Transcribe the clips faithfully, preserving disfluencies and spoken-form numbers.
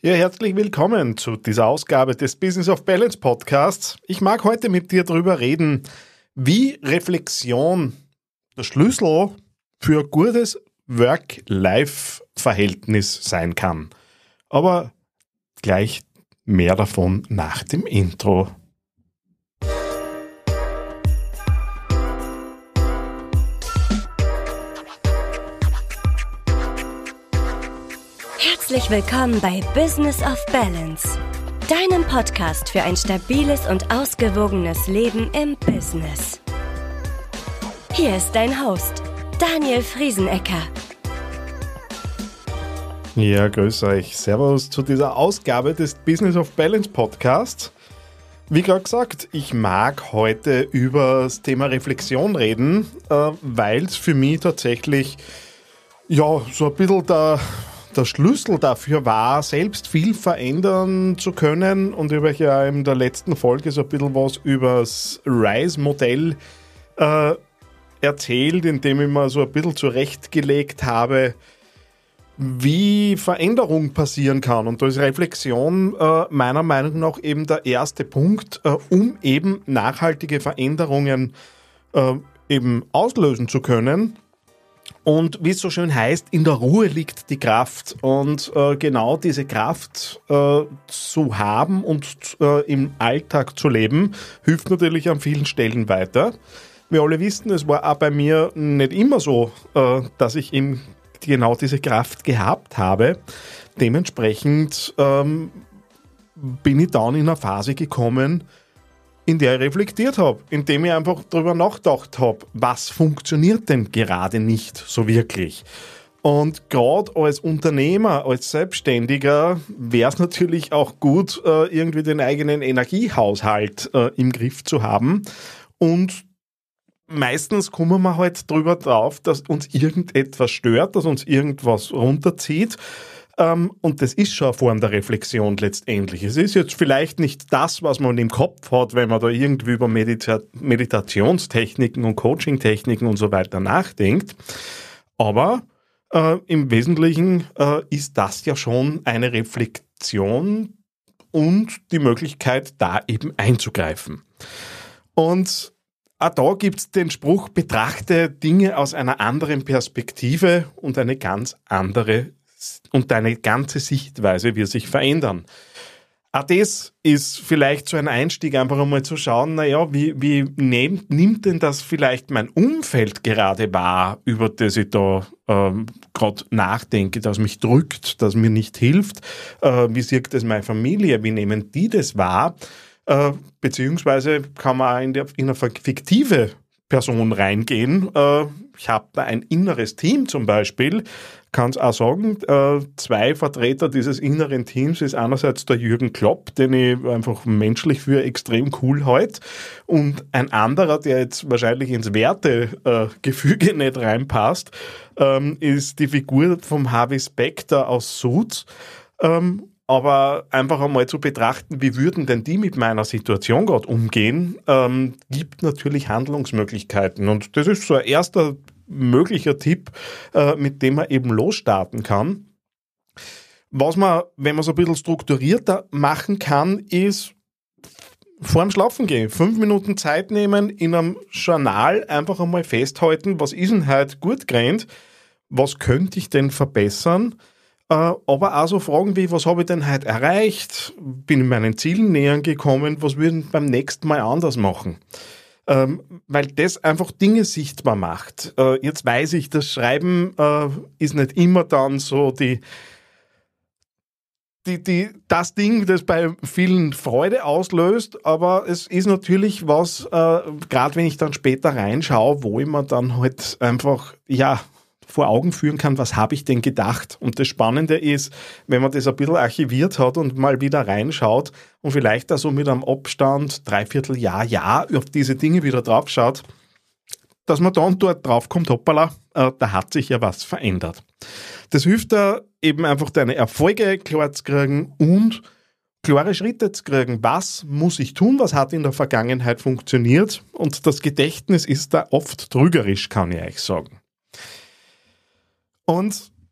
Ja, herzlich willkommen zu dieser Ausgabe des Business of Balance Podcasts. Ich mag heute mit dir darüber reden, wie Reflexion der Schlüssel für ein gutes Work-Life-Verhältnis sein kann. Aber gleich mehr davon nach dem Intro. Herzlich willkommen bei Business of Balance, deinem Podcast für ein stabiles und ausgewogenes Leben im Business. Hier ist dein Host, Daniel Friesenecker. Ja, grüß euch. Servus zu dieser Ausgabe des Business of Balance Podcasts. Wie gerade gesagt, ich mag heute über das Thema Reflexion reden, äh, weil es für mich tatsächlich ja so ein bisschen der Der Schlüssel dafür war, selbst viel verändern zu können. Und ich habe euch ja in der letzten Folge so ein bisschen was über das RISE-Modell äh, erzählt, indem ich mir so ein bisschen zurechtgelegt habe, wie Veränderung passieren kann. Und da ist Reflexion äh, meiner Meinung nach eben der erste Punkt, äh, um eben nachhaltige Veränderungen äh, eben auslösen zu können. Und wie es so schön heißt, in der Ruhe liegt die Kraft. Und äh, genau diese Kraft äh, zu haben und äh, im Alltag zu leben, hilft natürlich an vielen Stellen weiter. Wir alle wissen, es war auch bei mir nicht immer so, äh, dass ich eben genau diese Kraft gehabt habe. Dementsprechend ähm, bin ich dann in eine Phase gekommen, in der ich reflektiert habe, indem ich einfach darüber nachgedacht habe, was funktioniert denn gerade nicht so wirklich. Und gerade als Unternehmer, als Selbstständiger wäre es natürlich auch gut, irgendwie den eigenen Energiehaushalt im Griff zu haben. Und meistens kommen wir halt drüber drauf, dass uns irgendetwas stört, dass uns irgendwas runterzieht. Und das ist schon eine Form der Reflexion letztendlich. Es ist jetzt vielleicht nicht das, was man im Kopf hat, wenn man da irgendwie über Medita- Meditationstechniken und Coachingtechniken und so weiter nachdenkt. Aber äh, im Wesentlichen äh, ist das ja schon eine Reflexion und die Möglichkeit, da eben einzugreifen. Und auch da gibt es den Spruch, betrachte Dinge aus einer anderen Perspektive und eine ganz andere und deine ganze Sichtweise wird sich verändern. Auch das ist vielleicht so ein Einstieg, einfach einmal zu schauen, naja, wie, wie nehm, nimmt denn das vielleicht mein Umfeld gerade wahr, über das ich da ähm, gerade nachdenke, das mich drückt, das mir nicht hilft? Äh, wie sieht das meine Familie? Wie nehmen die das wahr? Äh, beziehungsweise kann man auch in, der, in eine fiktive Person reingehen. Äh, ich habe da ein inneres Team zum Beispiel, kann es auch sagen, äh, zwei Vertreter dieses inneren Teams ist einerseits der Jürgen Klopp, den ich einfach menschlich für extrem cool halte, und ein anderer, der jetzt wahrscheinlich ins Wertegefüge äh, nicht reinpasst, ähm, ist die Figur vom Harvey Specter aus Suits. Ähm, aber einfach einmal zu betrachten, wie würden denn die mit meiner Situation gerade umgehen, ähm, gibt natürlich Handlungsmöglichkeiten. Und das ist so ein erster möglicher Tipp, äh, mit dem man eben losstarten kann. Was man, wenn man so ein bisschen strukturierter machen kann, ist vor dem Schlafen gehen. Fünf Minuten Zeit nehmen, in einem Journal einfach einmal festhalten, was ist denn heute gut gerannt, was könnte ich denn verbessern, äh, aber auch so Fragen wie, was habe ich denn heute erreicht, bin ich meinen Zielen näher gekommen, was würde ich beim nächsten Mal anders machen. Ähm, weil das einfach Dinge sichtbar macht. Äh, jetzt weiß ich, das Schreiben äh, ist nicht immer dann so die, die, die, das Ding, das bei vielen Freude auslöst, aber es ist natürlich was, äh, gerade wenn ich dann später reinschaue, wo ich mir dann halt einfach, ja, vor Augen führen kann, was habe ich denn gedacht? Und das Spannende ist, wenn man das ein bisschen archiviert hat und mal wieder reinschaut und vielleicht da so mit einem Abstand, dreiviertel Jahr, Jahr auf diese Dinge wieder drauf schaut, dass man dann dort draufkommt, hoppala, äh, da hat sich ja was verändert. Das hilft da eben einfach deine Erfolge klar zu kriegen und klare Schritte zu kriegen. Was muss ich tun? Was hat in der Vergangenheit funktioniert? Und das Gedächtnis ist da oft trügerisch, kann ich euch sagen. Und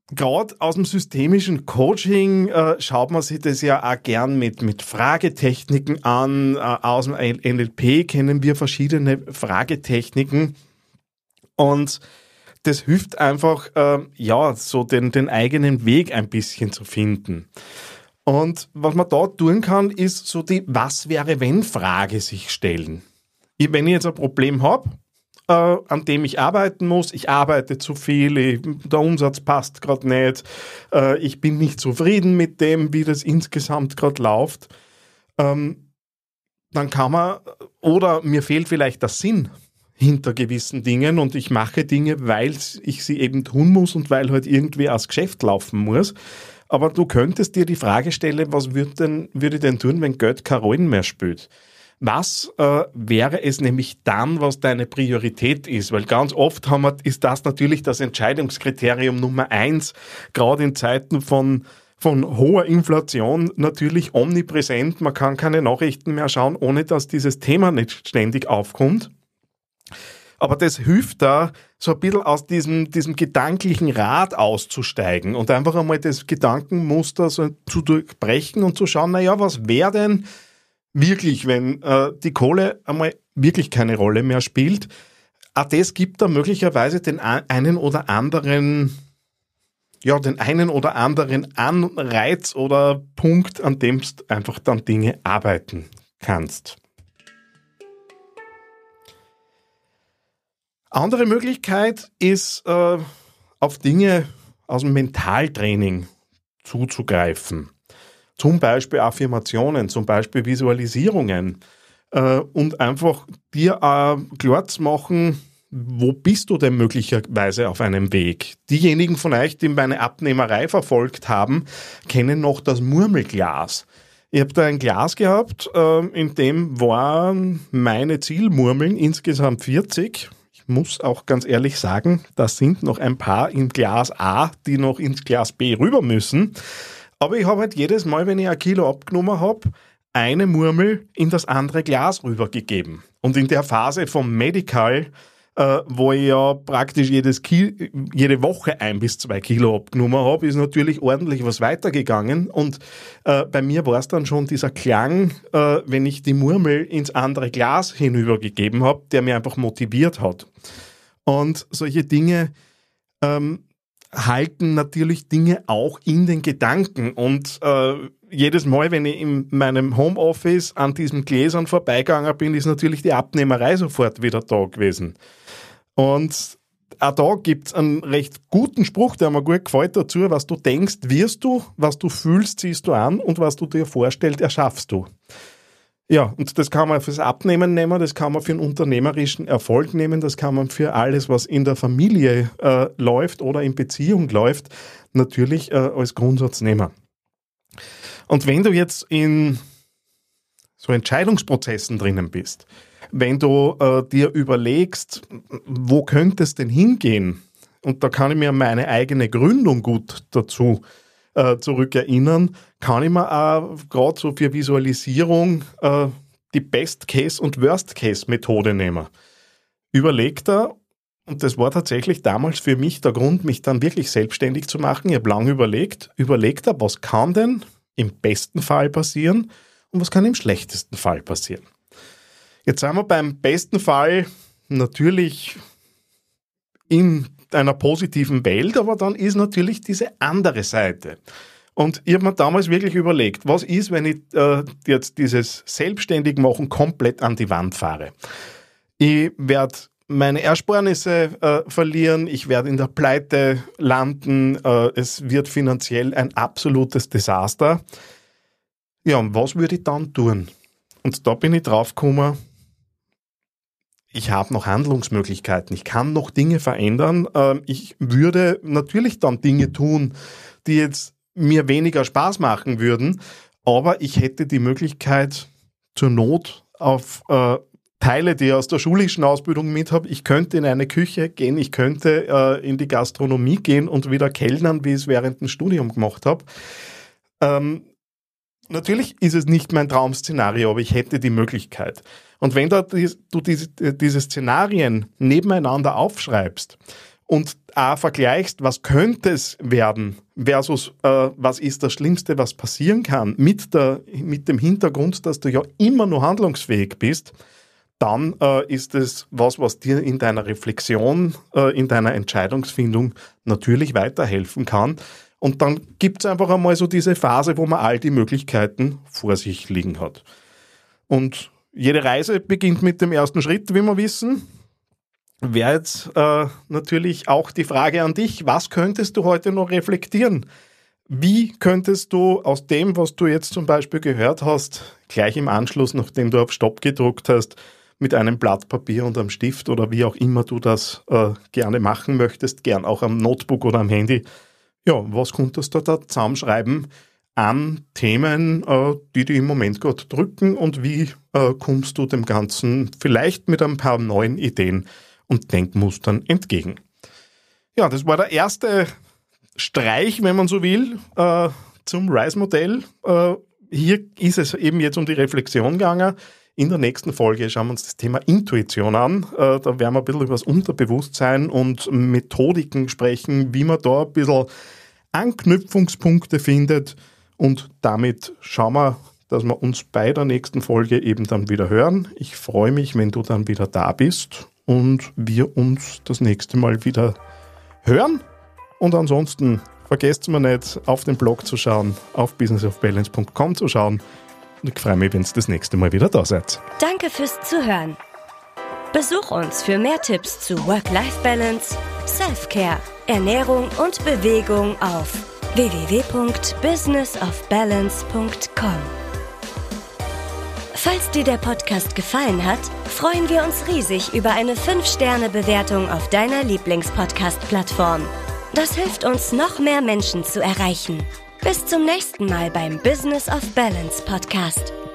Gerade aus dem systemischen Coaching äh, schaut man sich das ja auch gern mit, mit Fragetechniken an. Äh, aus dem N L P kennen wir verschiedene Fragetechniken. Und das hilft einfach, äh, ja, so den, den eigenen Weg ein bisschen zu finden. Und was man da tun kann, ist so die Was-wäre-wenn-Frage sich stellen. Ich, wenn ich jetzt ein Problem habe, Uh, an dem ich arbeiten muss. Ich arbeite zu viel, ich, der Umsatz passt gerade nicht, uh, ich bin nicht zufrieden mit dem, wie das insgesamt gerade läuft. Um, dann kann man, oder mir fehlt vielleicht der Sinn hinter gewissen Dingen und ich mache Dinge, weil ich sie eben tun muss und weil halt irgendwie als Geschäft laufen muss. Aber du könntest dir die Frage stellen, was würde denn, würde ich denn tun, wenn Geld keine Rollen mehr spielt? Was äh, wäre es nämlich dann, was deine Priorität ist? Weil ganz oft haben wir, ist das natürlich das Entscheidungskriterium Nummer eins, gerade in Zeiten von, von hoher Inflation natürlich omnipräsent. Man kann keine Nachrichten mehr schauen, ohne dass dieses Thema nicht ständig aufkommt. Aber das hilft da, so ein bisschen aus diesem, diesem gedanklichen Rad auszusteigen und einfach einmal das Gedankenmuster so zu durchbrechen und zu schauen, naja, was wäre denn wirklich, wenn äh, die Kohle einmal wirklich keine Rolle mehr spielt. Auch das gibt da möglicherweise den einen oder anderen, ja, den einen oder anderen Anreiz oder Punkt, an dem du einfach dann Dinge arbeiten kannst. Andere Möglichkeit ist, äh, auf Dinge aus dem Mentaltraining zuzugreifen. Zum Beispiel Affirmationen, zum Beispiel Visualisierungen äh, und einfach dir äh, klar zu machen, wo bist du denn möglicherweise auf einem Weg? Diejenigen von euch, die meine Abnehmerei verfolgt haben, kennen noch das Murmelglas. Ich habe da ein Glas gehabt, äh, in dem waren meine Zielmurmeln insgesamt vierzig. Ich muss auch ganz ehrlich sagen, da sind noch ein paar im Glas A, die noch ins Glas B rüber müssen. Aber ich habe halt jedes Mal, wenn ich ein Kilo abgenommen habe, eine Murmel in das andere Glas rübergegeben. Und in der Phase vom Medical, äh, wo ich ja praktisch jedes Ki- jede Woche ein bis zwei Kilo abgenommen habe, ist natürlich ordentlich was weitergegangen. Und äh, bei mir war es dann schon dieser Klang, äh, wenn ich die Murmel ins andere Glas hinübergegeben habe, der mir einfach motiviert hat. Und solche Dinge ähm, halten natürlich Dinge auch in den Gedanken und äh, jedes Mal, wenn ich in meinem Homeoffice an diesen Gläsern vorbeigegangen bin, ist natürlich die Abnehmerei sofort wieder da gewesen. Und auch da gibt es einen recht guten Spruch, der mir gut gefällt dazu: Was du denkst, wirst du, was du fühlst, ziehst du an und was du dir vorstellst, erschaffst du. Ja, und das kann man fürs Abnehmen nehmen, das kann man für einen unternehmerischen Erfolg nehmen, das kann man für alles, was in der Familie äh, läuft oder in Beziehung läuft, natürlich äh, als Grundsatz nehmen. Und wenn du jetzt in so Entscheidungsprozessen drinnen bist, wenn du äh, dir überlegst, wo könnte es denn hingehen, und da kann ich mir an meine eigene Gründung gut dazu äh, zurückerinnern, kann ich mir auch gerade so für Visualisierung äh, die Best-Case- und Worst-Case-Methode nehmen. Überleg da, und das war tatsächlich damals für mich der Grund, mich dann wirklich selbstständig zu machen. Ich habe lange überlegt, überleg da, was kann denn im besten Fall passieren und was kann im schlechtesten Fall passieren. Jetzt sind wir beim besten Fall natürlich in einer positiven Welt, aber dann ist natürlich diese andere Seite. Und ich habe mir damals wirklich überlegt, was ist, wenn ich äh, jetzt dieses Selbstständigmachen komplett an die Wand fahre. Ich werde meine Ersparnisse äh, verlieren, ich werde in der Pleite landen, äh, es wird finanziell ein absolutes Desaster. Ja, und was würde ich dann tun? Und da bin ich drauf gekommen, ich habe noch Handlungsmöglichkeiten, ich kann noch Dinge verändern. Äh, ich würde natürlich dann Dinge tun, die jetzt mir weniger Spaß machen würden, aber ich hätte die Möglichkeit zur Not auf äh, Teile, die ich aus der schulischen Ausbildung mit habe. Ich könnte in eine Küche gehen, ich könnte äh, in die Gastronomie gehen und wieder kellnern, wie ich es während dem Studium gemacht habe. Ähm, natürlich ist es nicht mein Traum-Szenario, aber ich hätte die Möglichkeit. Und wenn da die, du diese, diese Szenarien nebeneinander aufschreibst und auch vergleichst, was könnte es werden versus äh, was ist das Schlimmste, was passieren kann, mit, der, mit dem Hintergrund, dass du ja immer nur handlungsfähig bist, dann äh, ist es was, was dir in deiner Reflexion, äh, in deiner Entscheidungsfindung natürlich weiterhelfen kann. Und dann gibt es einfach einmal so diese Phase, wo man all die Möglichkeiten vor sich liegen hat. Und jede Reise beginnt mit dem ersten Schritt, wie wir wissen. Wäre jetzt äh, natürlich auch die Frage an dich, was könntest du heute noch reflektieren? Wie könntest du aus dem, was du jetzt zum Beispiel gehört hast, gleich im Anschluss, nachdem du auf Stopp gedruckt hast, mit einem Blatt Papier und einem Stift oder wie auch immer du das äh, gerne machen möchtest, gern auch am Notebook oder am Handy, ja, was könntest du da zusammenschreiben an Themen, äh, die dich im Moment gerade drücken und wie äh, kommst du dem Ganzen vielleicht mit ein paar neuen Ideen und Denkmustern entgegen? Ja, das war der erste Streich, wenn man so will, äh, zum RISE-Modell. Äh, hier ist es eben jetzt um die Reflexion gegangen. In der nächsten Folge schauen wir uns das Thema Intuition an. Äh, da werden wir ein bisschen über das Unterbewusstsein und Methodiken sprechen, wie man da ein bisschen Anknüpfungspunkte findet. Und damit schauen wir, dass wir uns bei der nächsten Folge eben dann wieder hören. Ich freue mich, wenn du dann wieder da bist und wir uns das nächste Mal wieder hören. Und ansonsten vergesst mir nicht, auf den Blog zu schauen, auf business of balance punkt com zu schauen. Und ich freue mich, wenn ihr das nächste Mal wieder da seid. Danke fürs Zuhören. Besuch uns für mehr Tipps zu Work-Life-Balance, Self-Care, Ernährung und Bewegung auf w w w punkt business of balance punkt com. Falls dir der Podcast gefallen hat, freuen wir uns riesig über eine fünf Sterne Bewertung auf deiner Lieblings-Podcast-Plattform. Das hilft uns, noch mehr Menschen zu erreichen. Bis zum nächsten Mal beim Business of Balance Podcast.